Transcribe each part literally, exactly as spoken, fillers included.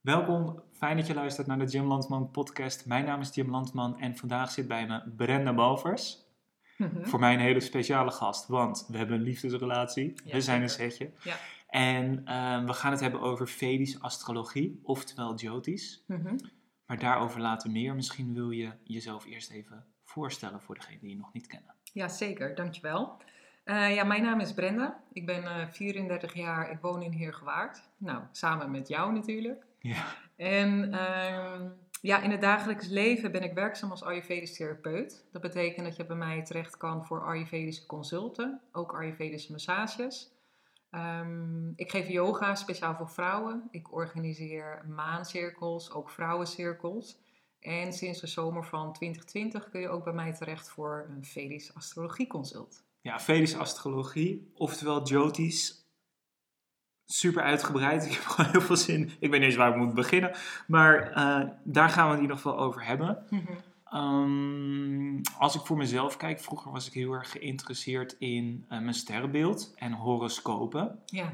Welkom, fijn dat je luistert naar de Jim Landman podcast. Mijn naam is Jim Landman en vandaag zit bij me Brenda Balvers. Mm-hmm. Voor mij een hele speciale gast, want we hebben een liefdesrelatie. Ja, we zijn zeker. een setje. Ja. En uh, we gaan het hebben over Vedische astrologie, oftewel Jyotish. Mm-hmm. Maar daarover later meer. Misschien wil je jezelf eerst even voorstellen voor degenen die je nog niet kennen. Ja, zeker. Dankjewel. Uh, ja, mijn naam is Brenda. Ik ben uh, vierendertig jaar. Ik woon in Heergewaard. Nou, samen met jou natuurlijk. Ja. En uh, ja, in het dagelijks leven ben ik werkzaam als Ayurvedisch therapeut. Dat betekent dat je bij mij terecht kan voor Ayurvedische consulten. Ook Ayurvedische massages. Um, ik geef yoga speciaal voor vrouwen. Ik organiseer maancirkels, ook vrouwencirkels. En sinds de zomer van twintig twintig kun je ook bij mij terecht voor een Vedische astrologieconsult. Ja, Vedische astrologie, oftewel Jyotish. Super uitgebreid. Ik heb gewoon heel veel zin. Ik weet niet eens waar ik moet beginnen. Maar uh, daar gaan we het in ieder geval over hebben. Mm-hmm. Um, als ik voor mezelf kijk, vroeger was ik heel erg geïnteresseerd in uh, mijn sterrenbeeld en horoscopen. Ja.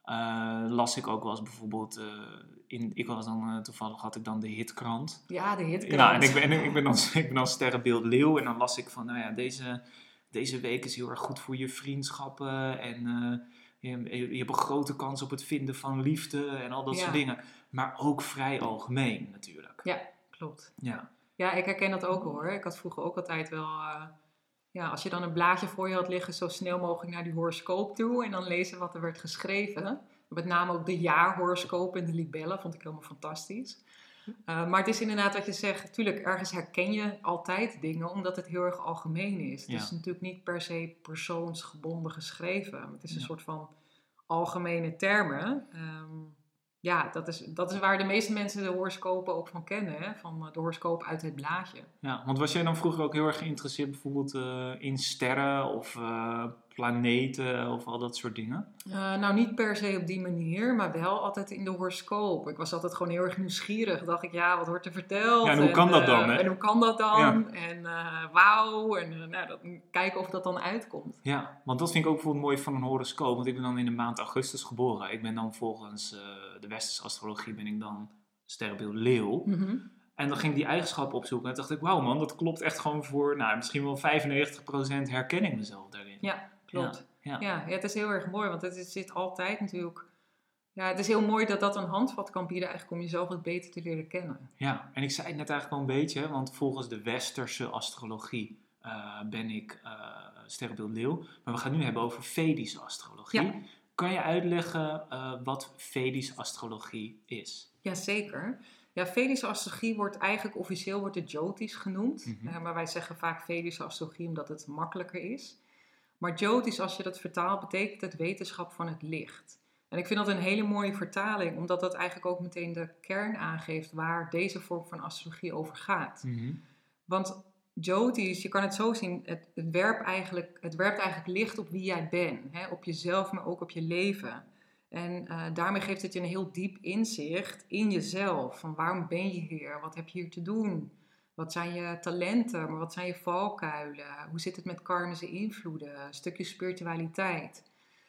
Uh, las ik ook wel eens bijvoorbeeld, uh, in, ik was dan, uh, toevallig had ik dan de hitkrant. Ja, de hitkrant. Ja, en ik ben, ik ben, dan, ik ben dan sterrenbeeld leeuw en dan las ik van, nou ja, deze, deze week is heel erg goed voor je vriendschappen en uh, je, je hebt een grote kans op het vinden van liefde en al dat Ja. soort dingen. Maar ook vrij algemeen natuurlijk. Ja, klopt. Ja. Ja, ik herken dat ook hoor. Ik had vroeger ook altijd wel, uh, ja, als je dan een blaadje voor je had liggen, zo snel mogelijk naar die horoscoop toe en dan lezen wat er werd geschreven. Met name ook de jaarhoroscoop en de libellen vond ik helemaal fantastisch. Uh, maar het is inderdaad wat je zegt, natuurlijk ergens herken je altijd dingen omdat het heel erg algemeen is. Het Ja. is natuurlijk niet per se persoonsgebonden geschreven. Het is een Ja. soort van algemene termen. Um, Ja, dat is, dat is waar de meeste mensen de horoscopen ook van kennen. Hè? Van de horoscoop uit het blaadje. Ja, want was jij dan vroeger ook heel erg geïnteresseerd bijvoorbeeld uh, in sterren of uh, planeten of al dat soort dingen? Uh, nou, niet per se op die manier, maar wel altijd in de horoscoop. Ik was altijd gewoon heel erg nieuwsgierig. Dacht ik, ja, wat wordt er verteld? Ja, en hoe en, kan dat uh, dan? Hè? En hoe kan dat dan? Ja. En uh, wauw, en uh, nou, dat, kijken of dat dan uitkomt. Ja, want dat vind ik ook bijvoorbeeld mooi van een horoscoop. Want ik ben dan in de maand augustus geboren. Ik ben dan volgens uh, de westerse astrologie ben ik dan sterrenbeeld leeuw. Mm-hmm. En dan ging ik die eigenschappen opzoeken. En dacht ik, wauw man, dat klopt echt gewoon voor, nou, misschien wel vijfennegentig procent herken ik mezelf daarin. Ja, klopt. Ja, ja. Ja, ja, het is heel erg mooi, want het zit altijd natuurlijk. Ja, het is heel mooi dat dat een handvat kan bieden eigenlijk om jezelf wat beter te leren kennen. Ja, en ik zei het net eigenlijk al een beetje, want volgens de westerse astrologie uh, ben ik uh, sterrenbeeld leeuw. Maar we gaan het nu hebben over Vedische astrologie. Ja. Kan je uitleggen uh, wat Vedische astrologie is? Jazeker. Ja, Vedische astrologie wordt eigenlijk officieel wordt het Jyotish genoemd. Mm-hmm. Uh, maar wij zeggen vaak Vedische astrologie omdat het makkelijker is. Maar Jyotish, als je dat vertaalt, betekent het wetenschap van het licht. En ik vind dat een hele mooie vertaling, omdat dat eigenlijk ook meteen de kern aangeeft waar deze vorm van astrologie over gaat. Mm-hmm. Want Jyotish, je kan het zo zien, het, het, werpt eigenlijk, het werpt eigenlijk licht op wie jij bent. Hè? Op jezelf, maar ook op je leven. En uh, daarmee geeft het je een heel diep inzicht in jezelf. Van waarom ben je hier? Wat heb je hier te doen? Wat zijn je talenten? Maar wat zijn je valkuilen? Hoe zit het met karmische invloeden? Een stukje spiritualiteit.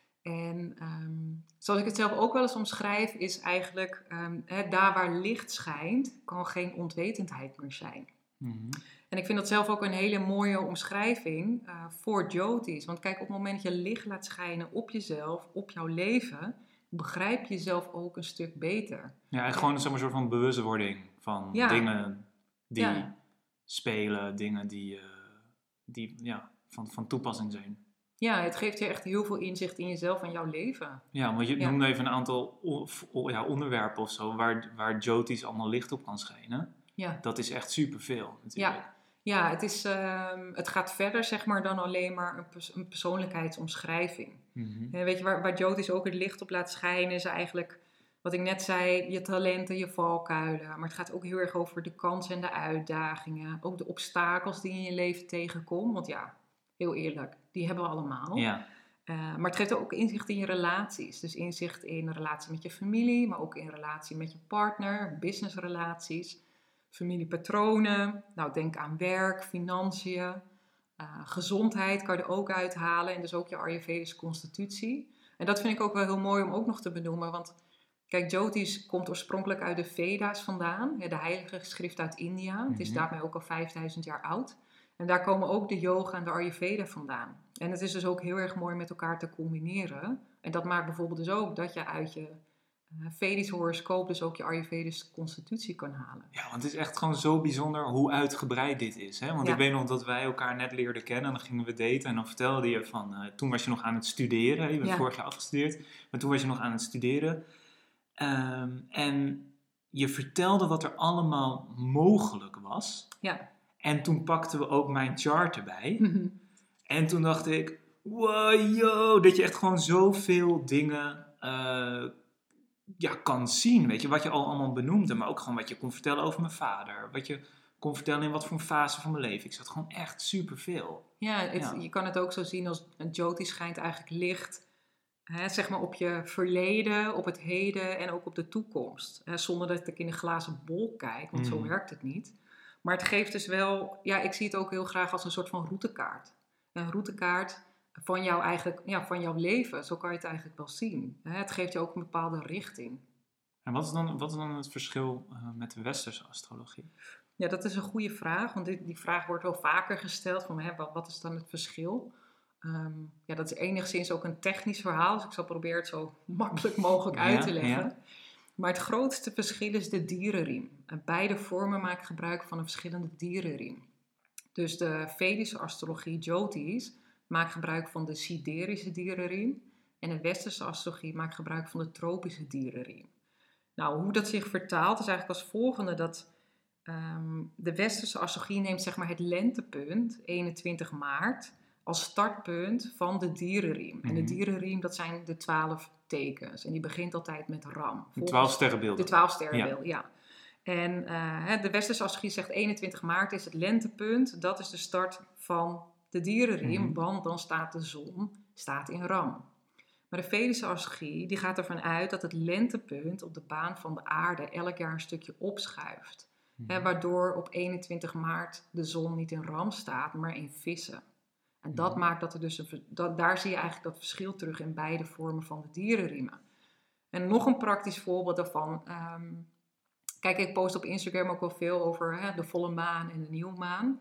En um, zoals ik het zelf ook wel eens omschrijf, is eigenlijk um, hè, daar waar licht schijnt, kan geen onwetendheid meer zijn. Mm-hmm. En ik vind dat zelf ook een hele mooie omschrijving uh, voor Jyotish. Want kijk, op het moment dat je licht laat schijnen op jezelf, op jouw leven, begrijp je jezelf ook een stuk beter. Ja, en gewoon zeg maar, een soort van bewustwording van ja. dingen die ja. spelen, dingen die, uh, die ja, van, van toepassing zijn. Ja, het geeft je echt heel veel inzicht in jezelf en jouw leven. Ja, want je ja. noemde even een aantal o- o- ja, onderwerpen of zo waar, waar Jyotish allemaal licht op kan schijnen. Ja. Dat is echt superveel natuurlijk. Ja. Ja, het, is, uh, het gaat verder zeg maar, dan alleen maar een, pers- een persoonlijkheidsomschrijving. Mm-hmm. En weet je, waar, waar Jyotish ook het licht op laat schijnen, is eigenlijk, wat ik net zei, je talenten, je valkuilen. Maar het gaat ook heel erg over de kansen en de uitdagingen. Ook de obstakels die je in je leven tegenkomt. Want ja, heel eerlijk, die hebben we allemaal. Ja. Uh, maar het geeft ook inzicht in je relaties. Dus inzicht in een relatie met je familie, maar ook in relatie met je partner, businessrelaties. Familiepatronen, nou denk aan werk, financiën, uh, gezondheid kan je er ook uithalen en dus ook je Ayurvedische constitutie. En dat vind ik ook wel heel mooi om ook nog te benoemen, want Kijk, Jyotish komt oorspronkelijk uit de Veda's vandaan, de heilige geschrift uit India. Mm-hmm. Het is daarmee ook al vijfduizend jaar oud. En daar komen ook de yoga en de Ayurveda vandaan. En het is dus ook heel erg mooi met elkaar te combineren. En dat maakt bijvoorbeeld dus ook dat je uit je uh, Vedische horoscoop dus ook je Ayurvedische constitutie kan halen. Ja, want het is echt gewoon zo bijzonder hoe uitgebreid dit is. Hè? Want ja. ik weet nog dat wij elkaar net leerden kennen en dan gingen we daten. En dan vertelde je van, uh, toen was je nog aan het studeren. Je bent ja. vorig jaar afgestudeerd. Maar toen was je nog aan het studeren. Um, en je vertelde wat er allemaal mogelijk was. Ja. En toen pakten we ook mijn chart erbij. Mm-hmm. En toen dacht ik, wow, yo, dat je echt gewoon zoveel dingen uh, ja, kan zien. Weet je, wat je al allemaal benoemde, maar ook gewoon wat je kon vertellen over mijn vader. Wat je kon vertellen in wat voor een fase van mijn leven. Ik zat gewoon echt superveel. Ja, het, ja, je kan het ook zo zien als een Jyotish schijnt eigenlijk licht. Hè, zeg maar op je verleden, op het heden en ook op de toekomst. Hè, zonder dat ik in een glazen bol kijk, want mm. zo werkt het niet. Maar het geeft dus wel, ja, ik zie het ook heel graag als een soort van routekaart. Een routekaart van jou eigenlijk, ja, van jouw leven. Zo kan je het eigenlijk wel zien. Hè, het geeft je ook een bepaalde richting. En wat is dan, wat is dan het verschil uh, met de westerse astrologie? Ja, dat is een goede vraag, want die, die vraag wordt wel vaker gesteld. Van, hè, wat, wat is dan het verschil? Um, ja, dat is enigszins ook een technisch verhaal, dus ik zal proberen het zo makkelijk mogelijk uit te leggen. Ja. Maar het grootste verschil is de dierenriem. En beide vormen maken gebruik van een verschillende dierenriem. Dus de Vedische astrologie, Jyotish, maakt gebruik van de siderische dierenriem. En de westerse astrologie maakt gebruik van de tropische dierenriem. Nou, hoe dat zich vertaalt is eigenlijk als volgende dat um, de westerse astrologie neemt zeg maar het lentepunt, eenentwintig maart... als startpunt van de dierenriem. Mm-hmm. En de dierenriem, dat zijn de twaalf tekens. En die begint altijd met Ram. De twaalf sterrenbeelden. De twaalf sterrenbeelden, ja. ja. En uh, de westerse astrologie zegt eenentwintig maart is het lentepunt. Dat is de start van de dierenriem, mm-hmm. want dan staat de zon staat in Ram. Maar de Vedische astrologie die gaat ervan uit dat het lentepunt op de baan van de aarde elk jaar een stukje opschuift. Mm-hmm. Hè, waardoor op eenentwintig maart de zon niet in Ram staat, maar in Vissen. En dat mm. maakt dat er dus een, dat, daar zie je eigenlijk dat verschil terug in beide vormen van de dierenriemen. En nog een praktisch voorbeeld daarvan. Um, kijk, ik post op Instagram ook wel veel over hè, de volle maan en de nieuwe maan.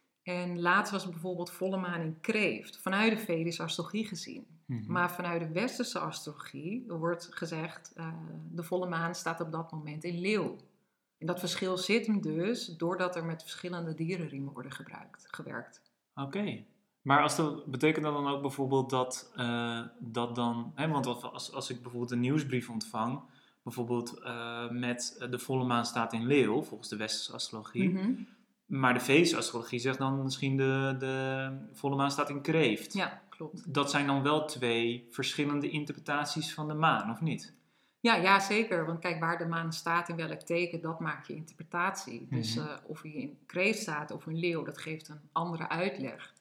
En laatst was het bijvoorbeeld volle maan in Kreeft, vanuit de Vedische astrologie gezien. Mm-hmm. Maar vanuit de westerse astrologie wordt gezegd, uh, de volle maan staat op dat moment in Leeuw. En dat verschil zit hem dus doordat er met verschillende dierenriemen worden gebruikt, gewerkt. Oké. Okay. Maar als dat, betekent dat dan ook bijvoorbeeld dat, uh, dat dan... Hè, want als, als ik bijvoorbeeld een nieuwsbrief ontvang... bijvoorbeeld uh, met de volle maan staat in Leeuw... volgens de westerse astrologie... Mm-hmm. maar de Vedische astrologie zegt dan misschien de, de volle maan staat in Kreeft. Ja, klopt. Dat zijn dan wel twee verschillende interpretaties van de maan, of niet? Ja, ja, zeker. Want kijk, waar de maan staat in welk teken, dat maakt je interpretatie. Mm-hmm. Dus uh, of hij in Kreeft staat of in Leeuw, dat geeft een andere uitleg.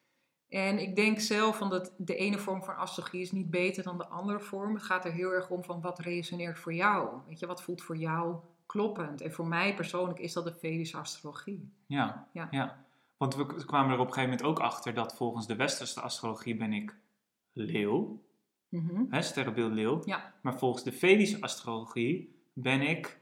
En ik denk zelf van dat de ene vorm van astrologie is niet beter dan de andere vorm. Het gaat er heel erg om van wat resoneert voor jou. Weet je, wat voelt voor jou kloppend? En voor mij persoonlijk is dat de Vedische astrologie. Ja, ja. ja. Want we kwamen er op een gegeven moment ook achter dat volgens de westerse astrologie ben ik leeuw. Mm-hmm. Hè, sterrenbeeld leeuw. Ja. Maar volgens de Vedische astrologie ben ik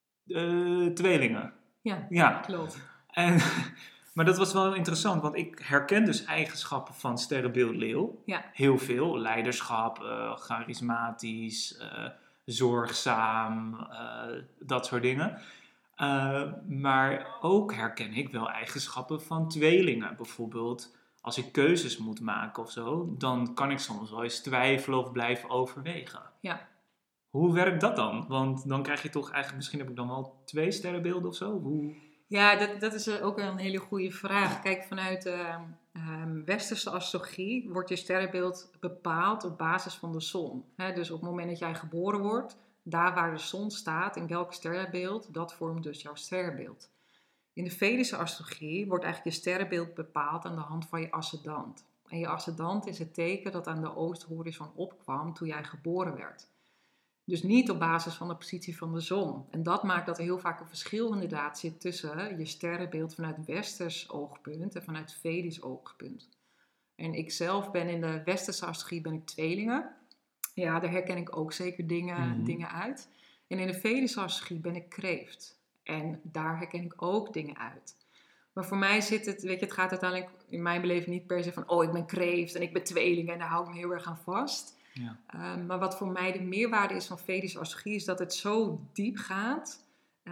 uh, tweelingen. Ja, ja, klopt. En... Maar dat was wel interessant, want ik herken dus eigenschappen van sterrenbeeld leeuw. Ja. Heel veel. Leiderschap, uh, charismatisch, uh, zorgzaam, uh, dat soort dingen. Uh, maar ook herken ik wel eigenschappen van tweelingen. Bijvoorbeeld, als ik keuzes moet maken of zo, dan kan ik soms wel eens twijfelen of blijven overwegen. Ja. Hoe werkt dat dan? Want dan krijg je toch eigenlijk, misschien heb ik dan wel twee sterrenbeelden of zo? Hoe... Ja, dat, dat is ook een hele goede vraag. Kijk, vanuit de uh, um, westerse astrologie wordt je sterrenbeeld bepaald op basis van de zon. He, dus op het moment dat jij geboren wordt, daar waar de zon staat, in welk sterrenbeeld, dat vormt dus jouw sterrenbeeld. In de Vedische astrologie wordt eigenlijk je sterrenbeeld bepaald aan de hand van je ascendant. En je ascendant is het teken dat aan de oosthorizon opkwam toen jij geboren werd. Dus niet op basis van de positie van de zon. En dat maakt dat er heel vaak een verschil inderdaad zit tussen je sterrenbeeld vanuit westers oogpunt en vanuit Vedisch oogpunt. En ik zelf ben in de westerse astrologie ben ik tweelingen. Ja, daar herken ik ook zeker dingen, Mm-hmm. dingen uit. En in de Vedische astrologie ben ik kreeft. En daar herken ik ook dingen uit. Maar voor mij zit het, weet je, het gaat uiteindelijk in mijn beleving niet per se van, oh, ik ben kreeft en ik ben tweeling en daar hou ik me heel erg aan vast. Ja. Um, maar wat voor mij de meerwaarde is van Vedische astrologie is dat het zo diep gaat.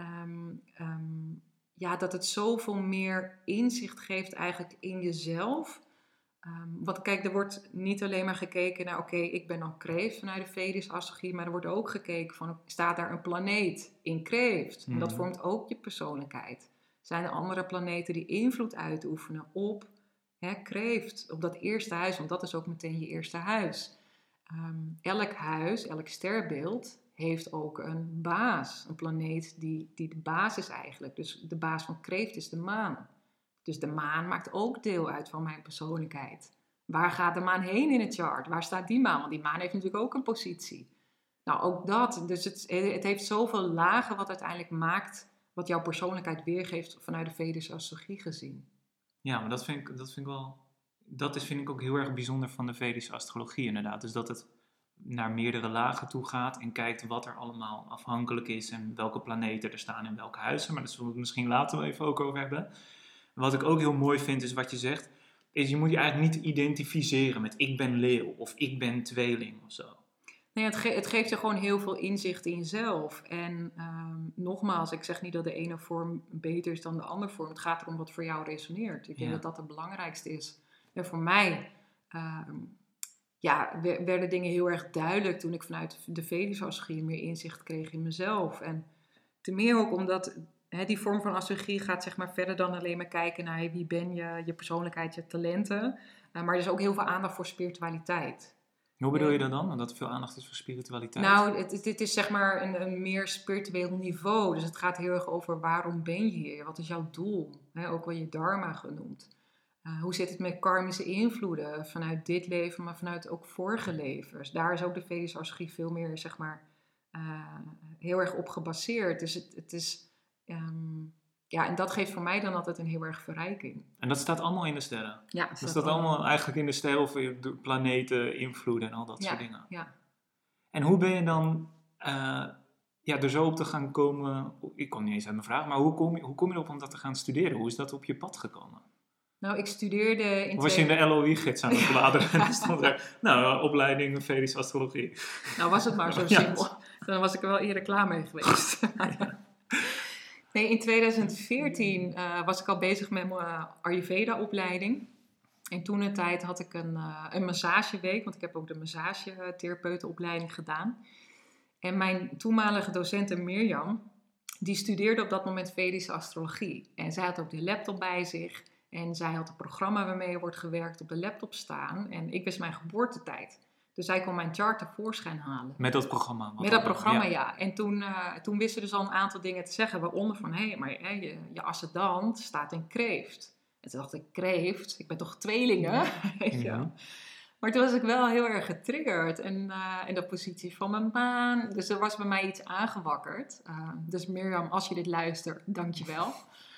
Um, um, ja, dat het zoveel meer inzicht geeft eigenlijk in jezelf. Um, want kijk, er wordt niet alleen maar gekeken naar, oké, okay, ik ben dan kreeft vanuit de Vedische astrologie, maar er wordt ook gekeken van, staat daar een planeet in kreeft? Mm-hmm. En dat vormt ook je persoonlijkheid. Zijn er andere planeten die invloed uitoefenen op hè, kreeft, op dat eerste huis, want dat is ook meteen je eerste huis. Um, elk huis, elk sterrenbeeld heeft ook een baas, een planeet die, die de baas is eigenlijk. Dus de baas van kreeft is de maan. Dus de maan maakt ook deel uit van mijn persoonlijkheid. Waar gaat de maan heen in het chart? Waar staat die maan? Want die maan heeft natuurlijk ook een positie. Nou, ook dat. Dus het, het heeft zoveel lagen wat uiteindelijk maakt wat jouw persoonlijkheid weergeeft vanuit de Vedische astrologie gezien. Ja, maar dat vind ik, dat vind ik wel... Dat is, vind ik ook heel erg bijzonder van de Vedische astrologie inderdaad. Dus dat het naar meerdere lagen toe gaat en kijkt wat er allemaal afhankelijk is en welke planeten er staan in welke huizen. Maar daar zullen we het misschien later wel even ook over hebben. Wat ik ook heel mooi vind is wat je zegt, is je moet je eigenlijk niet identificeren met ik ben leeuw of ik ben tweeling of zo. Nee, het, ge- het geeft je gewoon heel veel inzicht in jezelf. En um, nogmaals, ik zeg niet dat de ene vorm beter is dan de andere vorm. Het gaat erom wat voor jou resoneert. Ik denk ja. dat dat het belangrijkste is. En voor mij um, ja, werden dingen heel erg duidelijk toen ik vanuit de Vedische astrologie meer inzicht kreeg in mezelf. En te meer ook omdat hè, die vorm van astrologie gaat zeg maar verder dan alleen maar kijken naar hey, wie ben je, je persoonlijkheid, je talenten. Uh, maar er is ook heel veel aandacht voor spiritualiteit. Hoe bedoel je dat dan? Dat er veel aandacht is voor spiritualiteit? Nou, het, het is zeg maar een, een meer spiritueel niveau. Dus het gaat heel erg over waarom ben je hier? Wat is jouw doel? He, ook wel je dharma genoemd. Uh, hoe zit het met karmische invloeden vanuit dit leven, maar vanuit ook vorige levens? Daar is ook de Vedische astrologie veel meer, zeg maar, uh, heel erg op gebaseerd. Dus het, het is... Um, Ja, en dat geeft voor mij dan altijd een heel erg verrijking. En dat staat allemaal in de sterren? Ja. Dat staat allemaal, allemaal eigenlijk in de sterren of de planeten, invloeden en al dat ja, soort dingen? Ja. En hoe ben je dan uh, ja, er zo op te gaan komen? Ik kom niet eens uit mijn vraag, maar hoe kom, je, hoe kom je erop om dat te gaan studeren? Hoe is dat op je pad gekomen? Nou, ik studeerde... In of was je in de L O I-gids aan het bladeren? En stond er, nou, opleiding Vedische astrologie. Nou, was het maar zo simpel. Ja. Dan was ik er wel eerder klaar mee geweest. Ja. Nee, in tweeduizend veertien uh, was ik al bezig met mijn uh, Ayurveda-opleiding. En toen een tijd had ik een, uh, een massageweek, want ik heb ook de massagetherapeutenopleiding gedaan. En mijn toenmalige docente Mirjam, die studeerde op dat moment Vedische astrologie. En zij had ook de laptop bij zich. En zij had het programma waarmee er wordt gewerkt op de laptop staan. En ik wist mijn geboortetijd. Dus zij kon mijn chart tevoorschijn halen. Met dat programma? Met dat programma, ja. ja. En toen, uh, toen wist ze dus al een aantal dingen te zeggen. Waaronder van, hé, hey, maar hè, je, je ascendant staat in kreeft. En toen dacht ik, kreeft? Ik ben toch tweelingen? Weet je? Mm-hmm. Maar toen was ik wel heel erg getriggerd. En uh, in de positie van mijn maan. Dus er was bij mij iets aangewakkerd. Uh, dus Mirjam, als je dit luistert, dank je wel.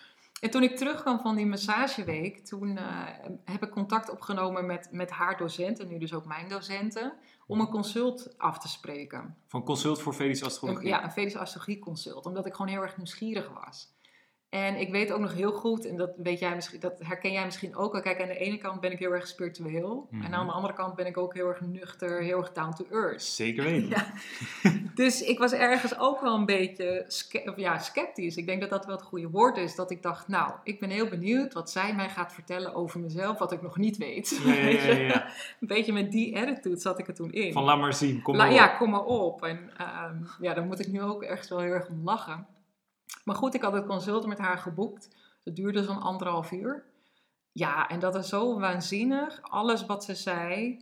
En toen ik terugkwam van die massageweek, toen uh, heb ik contact opgenomen met, met haar docenten, nu dus ook mijn docenten, om een consult af te spreken. Van consult voor Vedische astrologie? Een, ja, een Vedische astrologie consult, omdat ik gewoon heel erg nieuwsgierig was. En ik weet ook nog heel goed, en dat, weet jij misschien, dat herken jij misschien ook al. Kijk, aan de ene kant ben ik heel erg spiritueel. Mm-hmm. En aan de andere kant ben ik ook heel erg nuchter, heel erg down to earth. Zeker weten. Ja. Dus ik was ergens ook wel een beetje ske- ja, sceptisch. Ik denk dat dat wel het goede woord is. Dat ik dacht, nou, ik ben heel benieuwd wat zij mij gaat vertellen over mezelf, wat ik nog niet weet. Ja, ja, ja, ja. Een beetje met die attitude zat ik er toen in. Van laat maar zien, kom La- maar op. Ja, kom maar op. En um, ja, daar moet ik nu ook echt wel heel erg om lachen. Maar goed, ik had het consult met haar geboekt. Dat duurde zo'n anderhalf uur. Ja, en dat is zo waanzinnig. Alles wat ze zei,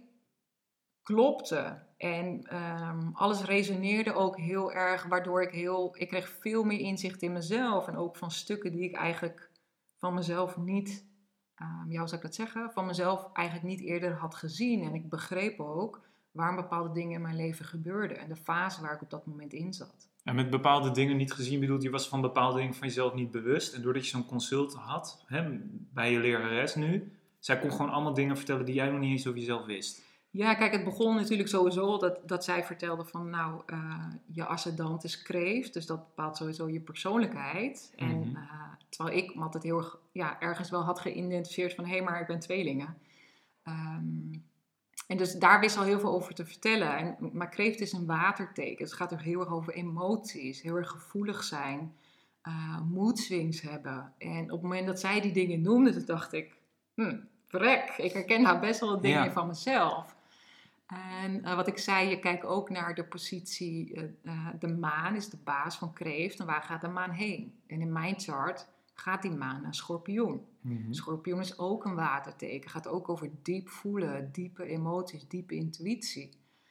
klopte. En um, alles resoneerde ook heel erg, waardoor ik heel... Ik kreeg veel meer inzicht in mezelf. En ook van stukken die ik eigenlijk van mezelf niet... Um, ja, hoe zou ik dat zeggen? Van mezelf eigenlijk niet eerder had gezien. En ik begreep ook waarom bepaalde dingen in mijn leven gebeurden. En de fase waar ik op dat moment in zat. En met bepaalde dingen niet gezien bedoelt, je was van bepaalde dingen van jezelf niet bewust. En doordat je zo'n consult had, hè, bij je lerares nu, zij kon gewoon allemaal dingen vertellen die jij nog niet eens over jezelf wist. Ja, kijk, het begon natuurlijk sowieso dat, dat zij vertelde van, nou, uh, je ascendant is kreeft, dus dat bepaalt sowieso je persoonlijkheid. En Mm-hmm. uh, terwijl ik me altijd heel erg, ja, ergens wel had geïdentificeerd van, hé, hey, maar ik ben tweelingen. Um, en dus daar wist al heel veel over te vertellen. En, maar kreeft is een waterteken, dus het gaat er heel erg over emoties, heel erg gevoelig zijn, uh, mood swings hebben. En op het moment dat zij die dingen noemde, toen dacht ik, hm, verrek, ik herken daar best wel wat dingen ja. van mezelf. En uh, wat ik zei, je kijkt ook naar de positie, uh, uh, de maan is de baas van kreeft en waar gaat de maan heen? En in mijn chart gaat die maan naar schorpioen. Mm-hmm. Schorpioen is ook een waterteken, gaat ook over diep voelen, diepe emoties, diepe intuïtie.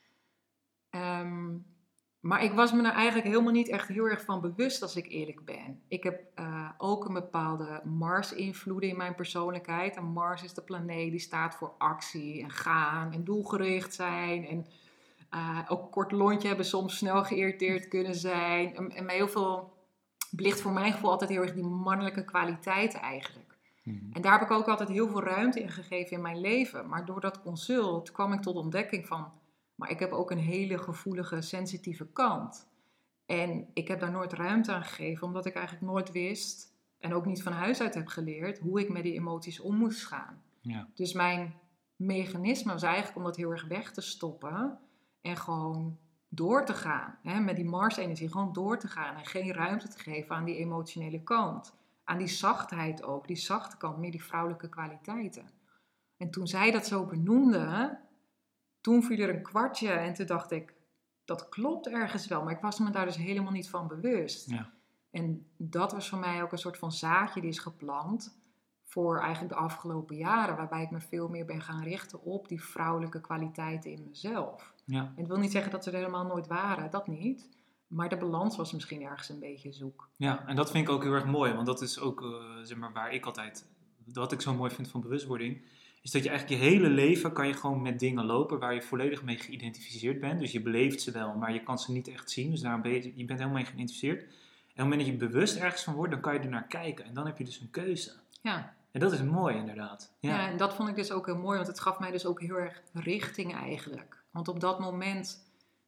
Um, maar ik was me er eigenlijk helemaal niet echt heel erg van bewust, als ik eerlijk ben. Ik heb uh, ook een bepaalde Mars-invloeden in mijn persoonlijkheid. En Mars is de planeet die staat voor actie en gaan en doelgericht zijn. En uh, ook kort lontje hebben, soms snel geïrriteerd kunnen zijn. En, en heel veel ligt voor mijn gevoel altijd heel erg die mannelijke kwaliteiten eigenlijk. Mm-hmm. En daar heb ik ook altijd heel veel ruimte in gegeven in mijn leven. Maar door dat consult kwam ik tot ontdekking van, maar ik heb ook een hele gevoelige, sensitieve kant. En ik heb daar nooit ruimte aan gegeven, omdat ik eigenlijk nooit wist, en ook niet van huis uit heb geleerd, hoe ik met die emoties om moest gaan. Ja. Dus mijn mechanisme was eigenlijk om dat heel erg weg te stoppen en gewoon door te gaan. Hè, met die Mars-energie, gewoon door te gaan en geen ruimte te geven aan die emotionele kant. Aan die zachtheid ook, die zachte kant, meer die vrouwelijke kwaliteiten. En toen zij dat zo benoemde, toen viel er een kwartje en toen dacht ik, dat klopt ergens wel, maar ik was me daar dus helemaal niet van bewust. Ja. En dat was voor mij ook een soort van zaadje die is geplant voor eigenlijk de afgelopen jaren, waarbij ik me veel meer ben gaan richten op die vrouwelijke kwaliteiten in mezelf. Ja. En het wil niet zeggen dat ze er helemaal nooit waren, dat niet. Maar de balans was misschien ergens een beetje zoek. Ja, en dat vind ik ook heel erg mooi, want dat is ook uh, zeg maar, waar ik altijd, wat ik zo mooi vind van bewustwording, is dat je eigenlijk je hele leven kan je gewoon met dingen lopen waar je volledig mee geïdentificeerd bent. Dus je beleeft ze wel, maar je kan ze niet echt zien. Dus daarom ben je, je bent helemaal mee geïdentificeerd. En op het moment dat je bewust ergens van wordt, dan kan je er naar kijken. En dan heb je dus een keuze. Ja. En dat is mooi inderdaad. Ja. Ja, en dat vond ik dus ook heel mooi, want het gaf mij dus ook heel erg richting eigenlijk. Want op dat moment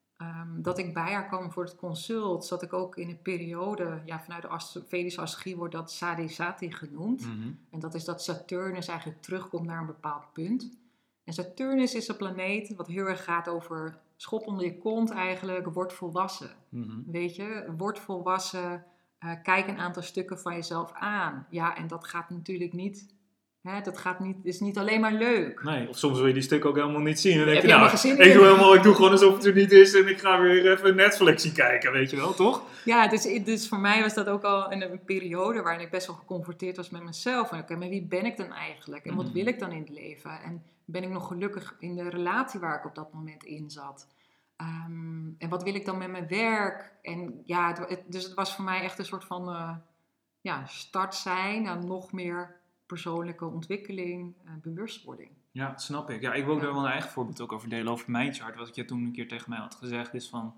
um, dat ik bij haar kwam voor het consult, zat ik ook in een periode, ja, vanuit de ast- Vedische astrologie wordt dat Sadhisati genoemd. Mm-hmm. En dat is dat Saturnus eigenlijk terugkomt naar een bepaald punt. En Saturnus is een planeet wat heel erg gaat over schop onder je kont eigenlijk, word volwassen. Mm-hmm. Weet je, word volwassen, uh, kijk een aantal stukken van jezelf aan. Ja, en dat gaat natuurlijk niet... Hè, dat gaat niet, is niet alleen maar leuk. Nee, of soms wil je die stukken ook helemaal niet zien. En dan denk Heb je, je nou, gezin ik doe, helemaal, ik doe gewoon alsof het er niet is en ik ga weer even Netflixie kijken, weet je wel, toch? Ja, dus, dus voor mij was dat ook al een, een periode waarin ik best wel geconfronteerd was met mezelf. En oké, maar wie ben ik dan eigenlijk? En wat Mm. wil ik dan in het leven? En ben ik nog gelukkig in de relatie waar ik op dat moment in zat? Um, en wat wil ik dan met mijn werk? En ja, het, het, dus het was voor mij echt een soort van uh, ja, start zijn aan nog meer persoonlijke ontwikkeling en bewustwording. Ja, snap ik. Ja, ik wil ook ja. daar wel een eigen voorbeeld ook over delen over mijn chart. Wat ik je toen een keer tegen mij had gezegd is van...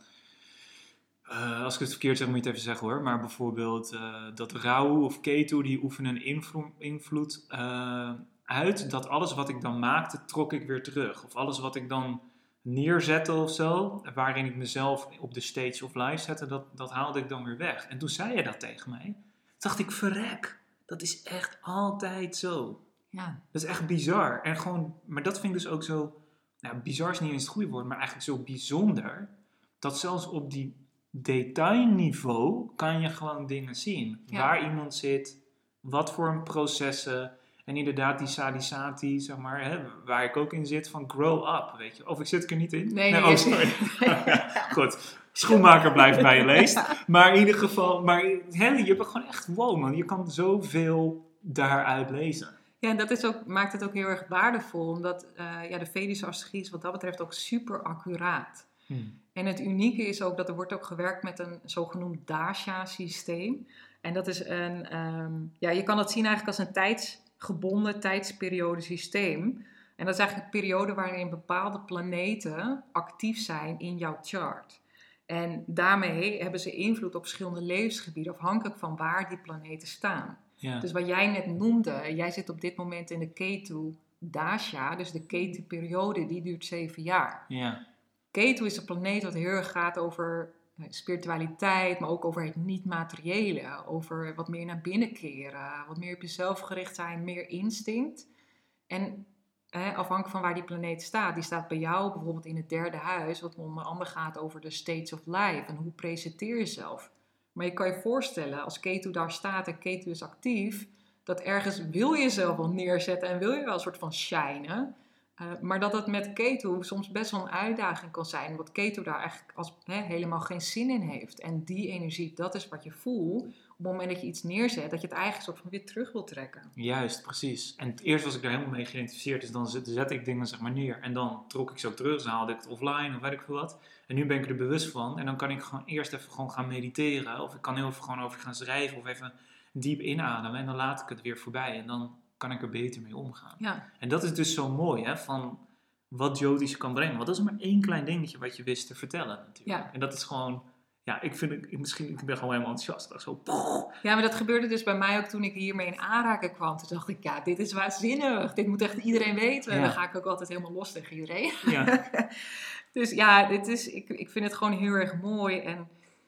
Uh, als ik het verkeerd zeg, moet je het even zeggen hoor. Maar bijvoorbeeld uh, dat Rahu of Ketu, die oefenen een invlo- invloed uh, uit. Dat alles wat ik dan maakte, trok ik weer terug. Of alles wat ik dan neerzette of zo, waarin ik mezelf op de stage of live zette, dat, dat haalde ik dan weer weg. En toen zei je dat tegen mij. Dacht ik, verrek, dat is echt altijd zo. Ja. Dat is echt bizar. En gewoon, maar dat vind ik dus ook zo, nou, bizar is niet eens het goede woord, maar eigenlijk zo bijzonder, dat zelfs op die detailniveau kan je gewoon dingen zien. Ja. Waar iemand zit, wat voor een processen, en inderdaad die sadhisati, zeg maar, hè, waar ik ook in zit, van grow up, weet je. Of ik zit er niet in? Nee, nee nee oh, sorry. Goed. Schoenmaker blijft bij je leest. Maar in ieder geval, maar, hè, je hebt gewoon echt, wow man, je kan zoveel daaruit lezen. Ja, en dat is ook, maakt het ook heel erg waardevol, omdat uh, ja, de Vedische astrologie is wat dat betreft ook super accuraat. Hmm. En het unieke is ook dat er wordt ook gewerkt met een zogenoemd dasha-systeem. En dat is een, um, ja, je kan dat zien eigenlijk als een tijdsgebonden tijdsperiode systeem. En dat is eigenlijk een periode waarin bepaalde planeten actief zijn in jouw chart. En daarmee hebben ze invloed op verschillende levensgebieden, afhankelijk van waar die planeten staan. Ja. Dus wat jij net noemde, jij zit op dit moment in de Ketu dasha, dus de Ketu-periode, die duurt zeven jaar. Ja. Ketu is een planeet wat heel erg gaat over spiritualiteit, maar ook over het niet-materiële. Over wat meer naar binnen keren, wat meer op jezelf gericht zijn, meer instinct. En eh, afhankelijk van waar die planeet staat, die staat bij jou bijvoorbeeld in het derde huis, wat onder andere gaat over de states of life en hoe presenteer je jezelf. Maar je kan je voorstellen, als Ketu daar staat en Ketu is actief, dat ergens wil je jezelf wel neerzetten en wil je wel een soort van shinen. Uh, maar dat het met Ketu soms best wel een uitdaging kan zijn. Omdat Ketu daar eigenlijk als, he, helemaal geen zin in heeft. En die energie, dat is wat je voelt. Op het moment dat je iets neerzet, dat je het eigenlijk soort van weer terug wil trekken. Juist, precies. En het eerst was ik daar helemaal mee geïdentificeerd. Dus dan zette ik dingen zeg maar neer. En dan trok ik ze ook terug. Dus dan haalde ik het offline of weet ik veel wat. En nu ben ik er bewust van. En dan kan ik gewoon eerst even gewoon gaan mediteren. Of ik kan heel even gewoon over gaan schrijven. Of even diep inademen. En dan laat ik het weer voorbij. En dan kan ik er beter mee omgaan. Ja. En dat is dus zo mooi, hè, van wat Jyotish kan brengen. Want dat is maar één klein dingetje wat je wist te vertellen natuurlijk. Ja. En dat is gewoon, ja, ik vind het, misschien, ik ben gewoon helemaal enthousiast. Zo, ja, maar dat gebeurde dus bij mij ook toen ik hiermee in aanraking kwam. Toen dacht ik, ja, dit is waanzinnig. Dit moet echt iedereen weten. Ja. Dan ga ik ook altijd helemaal los tegen iedereen. Ja. Dus ja, dit is, ik, ik vind het gewoon heel erg mooi. En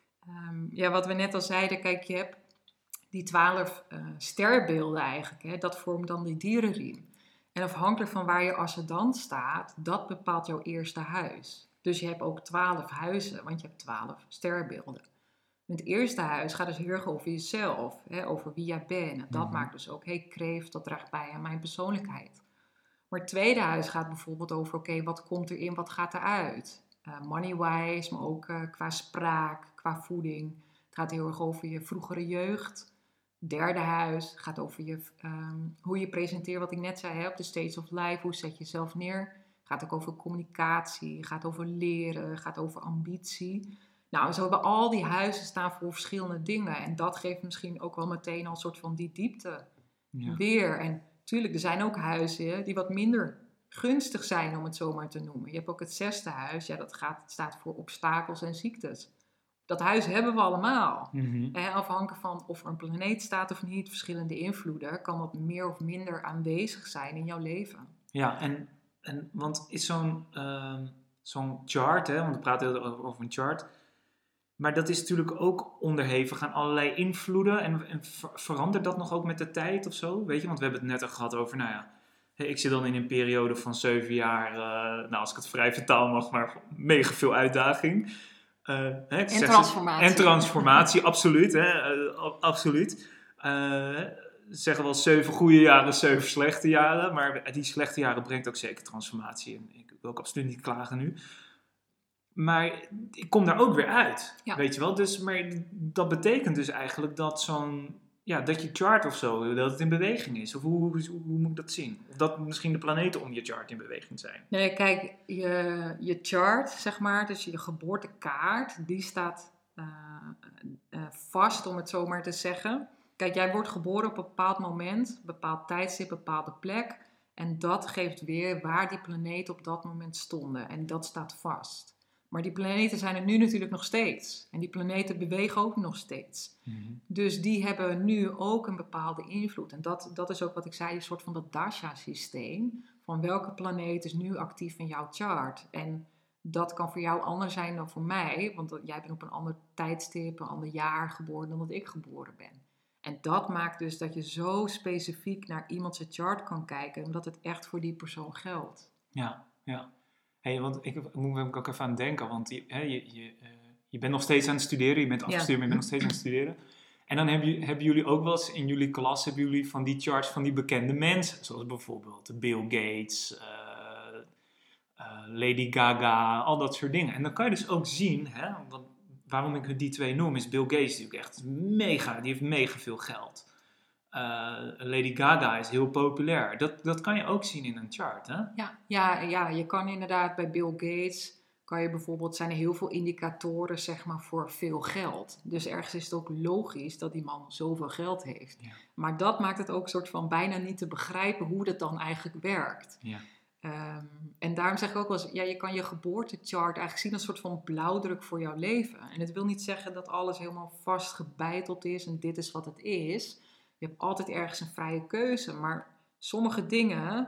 um, ja, wat we net al zeiden, kijk, je hebt die twaalf uh, sterrenbeelden eigenlijk, hè, dat vormt dan die dierenriem. En afhankelijk van waar je ascendant staat, dat bepaalt jouw eerste huis. Dus je hebt ook twaalf huizen, want je hebt twaalf sterrenbeelden. Het eerste huis gaat dus heel erg over jezelf, hè, over wie jij bent. En dat mm-hmm. maakt dus ook, hey, kreeft, dat draagt bij aan mijn persoonlijkheid. Maar het tweede huis gaat bijvoorbeeld over, oké, okay, wat komt erin, wat gaat eruit? Uh, money-wise, maar ook uh, qua spraak, qua voeding. Het gaat heel erg over je vroegere jeugd. Derde huis gaat over je, um, hoe je presenteert, wat ik net zei, hè, op de States of Life. Hoe zet je jezelf neer? Gaat ook over communicatie, gaat over leren, gaat over ambitie. Nou, zo hebben al die huizen staan voor verschillende dingen. En dat geeft misschien ook wel meteen al een soort van die diepte ja. weer. En tuurlijk, er zijn ook huizen die wat minder gunstig zijn, om het zo maar te noemen. Je hebt ook het zesde huis, ja, dat gaat, staat voor obstakels en ziektes. Dat huis hebben we allemaal. Mm-hmm. En afhankelijk van of er een planeet staat of niet, verschillende invloeden, kan dat meer of minder aanwezig zijn in jouw leven. Ja, en, en want is zo'n, uh, zo'n chart, hè, want we praten over, over een chart, maar dat is natuurlijk ook onderhevig aan allerlei invloeden. En, en ver, verandert dat nog ook met de tijd of zo? Weet je, want we hebben het net al gehad over, nou ja, ik zit dan in een periode van zeven jaar, uh, nou als ik het vrij vertaal mag, maar mega veel uitdaging. Uh, hè, en transformatie. En transformatie, absoluut. Hè, uh, absoluut. Uh, zeggen wel zeven goede jaren, zeven slechte jaren. Maar die slechte jaren brengt ook zeker transformatie. En ik wil ook absoluut niet klagen nu. Maar ik kom daar ook weer uit. Ja. Weet je wel? Dus, maar dat betekent dus eigenlijk dat zo'n... Ja, dat je chart of zo, dat het in beweging is. Of hoe, hoe, hoe, hoe moet ik dat zien? Of dat misschien de planeten om je chart in beweging zijn. Nee, kijk, je, je chart, zeg maar, dus je geboortekaart, die staat uh, uh, vast, om het zo maar te zeggen. Kijk, jij wordt geboren op een bepaald moment, een bepaald tijdstip, een bepaalde plek. En dat geeft weer waar die planeten op dat moment stonden. En dat staat vast. Maar die planeten zijn er nu natuurlijk nog steeds. En die planeten bewegen ook nog steeds. Mm-hmm. Dus die hebben nu ook een bepaalde invloed. En dat, dat is ook wat ik zei, een soort van dat dasha-systeem. Van welke planeet is nu actief in jouw chart. En dat kan voor jou anders zijn dan voor mij. Want jij bent op een ander tijdstip, een ander jaar geboren dan dat ik geboren ben. En dat maakt dus dat je zo specifiek naar iemands chart kan kijken. Omdat het echt voor die persoon geldt. Ja, ja. Hey, want ik moet ook even aan denken, want je, hè, je, je, uh, je bent nog steeds aan het studeren, je bent afgestudeerd, ja. maar je bent nog steeds aan het studeren. En dan hebben, hebben jullie ook wel eens in jullie klas, hebben jullie van die charts van die bekende mensen, zoals bijvoorbeeld Bill Gates, uh, uh, Lady Gaga, al dat soort dingen. En dan kan je dus ook zien, hè, want waarom ik die twee noem, is Bill Gates natuurlijk echt mega, die heeft mega veel geld. Uh, Lady Gaga is heel populair. Dat, dat kan je ook zien in een chart, hè? Ja, ja, ja, je kan inderdaad bij Bill Gates, kan je bijvoorbeeld, zijn er heel veel indicatoren, zeg maar, voor veel geld. Dus ergens is het ook logisch dat die man zoveel geld heeft. Ja. Maar dat maakt het ook soort van bijna niet te begrijpen hoe dat dan eigenlijk werkt. Ja. Um, en daarom zeg ik ook wel eens, ja, je kan je geboortechart eigenlijk zien als een soort van blauwdruk voor jouw leven. En het wil niet zeggen dat alles helemaal vastgebeiteld is en dit is wat het is. Je hebt altijd ergens een vrije keuze, maar sommige dingen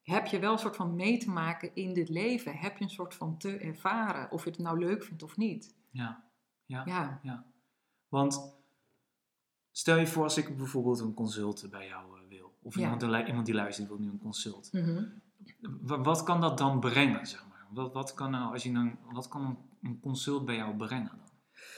heb je wel een soort van mee te maken in dit leven. Heb je een soort van te ervaren, of je het nou leuk vindt of niet. Ja, ja, Ja. ja. Want stel je voor als ik bijvoorbeeld een consult bij jou uh, wil. Of Ja. iemand, die- iemand die luistert wil nu een consult. Mm-hmm. W- wat kan dat dan brengen, zeg maar? Wat, wat kan nou, als je dan, wat kan een, een consult bij jou brengen dan?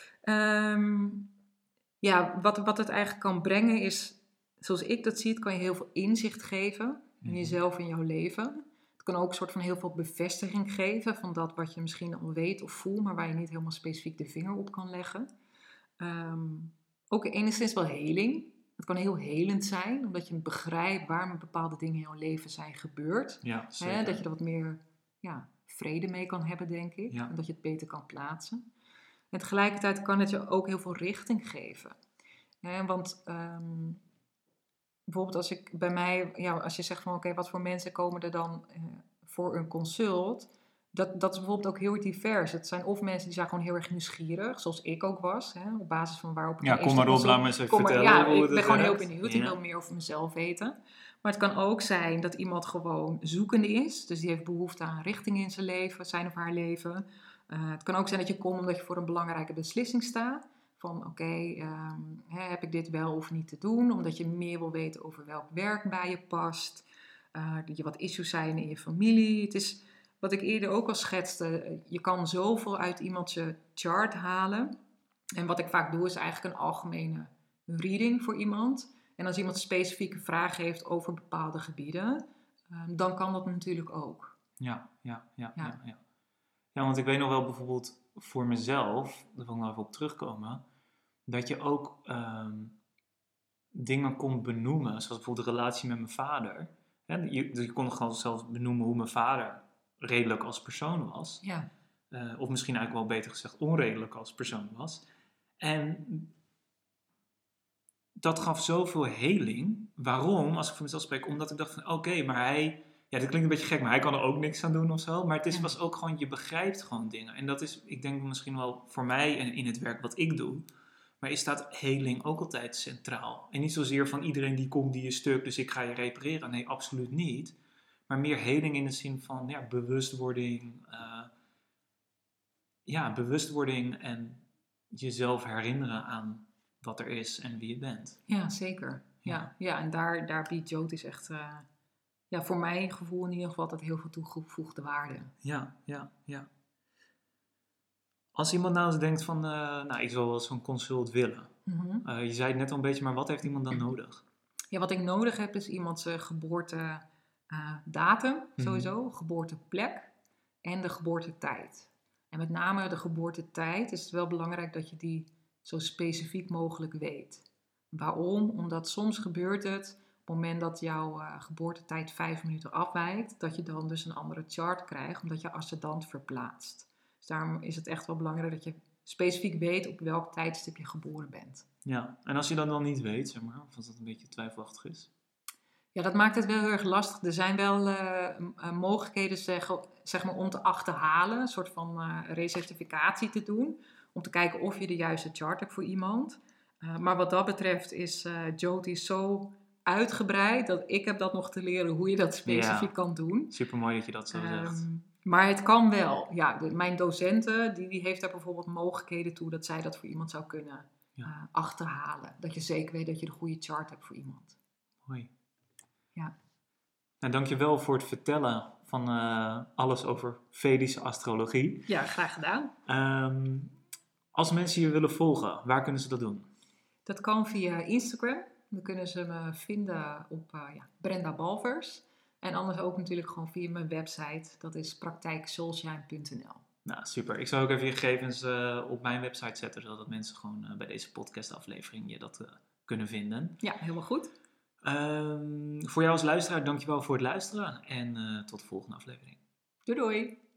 Um, ja, wat, wat het eigenlijk kan brengen is, zoals ik dat zie, het kan je heel veel inzicht geven in Mhm. jezelf en jouw leven. Het kan ook een soort van heel veel bevestiging geven van dat wat je misschien al weet of voelt, maar waar je niet helemaal specifiek de vinger op kan leggen. Um, ook enigszins wel heling. Het kan heel helend zijn, omdat je begrijpt waarom bepaalde dingen in jouw leven zijn gebeurd. Ja, zeker. Hè, dat je er wat meer ja, vrede mee kan hebben, denk ik. Ja. En dat je het beter kan plaatsen. En tegelijkertijd kan het je ook heel veel richting geven. Hè, want um, bijvoorbeeld als ik bij mij, ja, als je zegt van oké, okay, wat voor mensen komen er dan uh, voor een consult? Dat, dat is bijvoorbeeld ook heel divers. Het zijn of mensen die zijn gewoon heel erg nieuwsgierig, zoals ik ook was, hè, op basis van waarop ik Ja, kom maar op, laat me eens even vertellen. Ja, hoe ik het ben gewoon heel werkt. benieuwd. Ja. Ik wil meer over mezelf weten. Maar het kan ook zijn dat iemand gewoon zoekende is. Dus die heeft behoefte aan richting in zijn leven, zijn of haar leven. Uh, het kan ook zijn dat je komt omdat je voor een belangrijke beslissing staat. Van oké, okay, um, heb ik dit wel of niet te doen? Omdat je meer wil weten over welk werk bij je past. Uh, dat je wat issues zijn in je familie. Het is wat ik eerder ook al schetste. Je kan zoveel uit iemands chart halen. En wat ik vaak doe is eigenlijk een algemene reading voor iemand. En als iemand specifieke vragen heeft over bepaalde gebieden, um, dan kan dat natuurlijk ook. Ja, ja, ja, Ja. ja, ja. Ja, want ik weet nog wel bijvoorbeeld voor mezelf, daar wil ik nog even op terugkomen, dat je ook um, dingen kon benoemen, zoals bijvoorbeeld de relatie met mijn vader. Hè, je, je kon gewoon zelfs benoemen hoe mijn vader redelijk als persoon was. Ja. Uh, of misschien eigenlijk wel beter gezegd onredelijk als persoon was. En dat gaf zoveel heling. Waarom? Als ik voor mezelf spreek, omdat ik dacht van oké, okay, maar hij... Ja, dit klinkt een beetje gek, maar hij kan er ook niks aan doen of zo. Maar het is, Ja. was ook gewoon, je begrijpt gewoon dingen. En dat is, ik denk misschien wel voor mij en in het werk wat ik doe. Maar is staat heling ook altijd centraal. En niet zozeer van iedereen die komt, die is stuk, dus ik ga je repareren. Nee, absoluut niet. Maar meer heling in de zin van ja, bewustwording. Uh, ja, bewustwording en jezelf herinneren aan wat er is en wie je bent. Ja, zeker. Ja, ja en daar, daar biedt Jyotish echt... Uh... Ja, voor mijn gevoel in ieder geval altijd heel veel toegevoegde waarde. Ja, ja, ja. Als iemand nou eens denkt van, uh, nou, ik zou wel zo'n consult willen. Mm-hmm. Uh, je zei het net al een beetje, maar wat heeft iemand dan nodig? Ja, wat ik nodig heb is iemands uh, geboortedatum, uh, sowieso, mm-hmm. geboorteplek en de geboortetijd. En met name de geboortetijd is het wel belangrijk dat je die zo specifiek mogelijk weet. Waarom? Omdat soms gebeurt het... Op het moment dat jouw uh, geboortetijd vijf minuten afwijkt, dat je dan dus een andere chart krijgt, omdat je ascendant verplaatst. Dus daarom is het echt wel belangrijk dat je specifiek weet op welk tijdstip je geboren bent. Ja, en als je dat dan niet weet, zeg maar, of als dat een beetje twijfelachtig is? Ja, dat maakt het wel heel erg lastig. Er zijn wel uh, uh, mogelijkheden zeg, zeg maar, om te achterhalen, een soort van uh, recertificatie te doen, om te kijken of je de juiste chart hebt voor iemand. Uh, maar wat dat betreft is uh, Jyotish zo... uitgebreid, dat ik heb dat nog te leren hoe je dat specifiek ja, kan doen. Super mooi dat je dat zo um, zegt. Maar het kan wel. Ja, de, mijn docenten, die, die heeft daar bijvoorbeeld mogelijkheden toe dat zij dat voor iemand zou kunnen ja. uh, achterhalen. Dat je zeker weet dat je de goede chart hebt voor iemand. Mooi. Ja. Nou, dankjewel voor het vertellen van uh, alles over Vedische astrologie. Ja, graag gedaan. Um, als mensen je willen volgen, waar kunnen ze dat doen? Dat kan via Instagram. Dan kunnen ze me vinden op uh, ja, Brenda Balvers. En anders ook natuurlijk gewoon via mijn website. Dat is praktijk soulshine punt n l. Nou, super. Ik zal ook even je gegevens uh, op mijn website zetten, zodat mensen gewoon uh, bij deze podcastaflevering je dat uh, kunnen vinden. Ja, helemaal goed. Um, voor jou als luisteraar, dankjewel voor het luisteren. En uh, tot de volgende aflevering. Doei doei.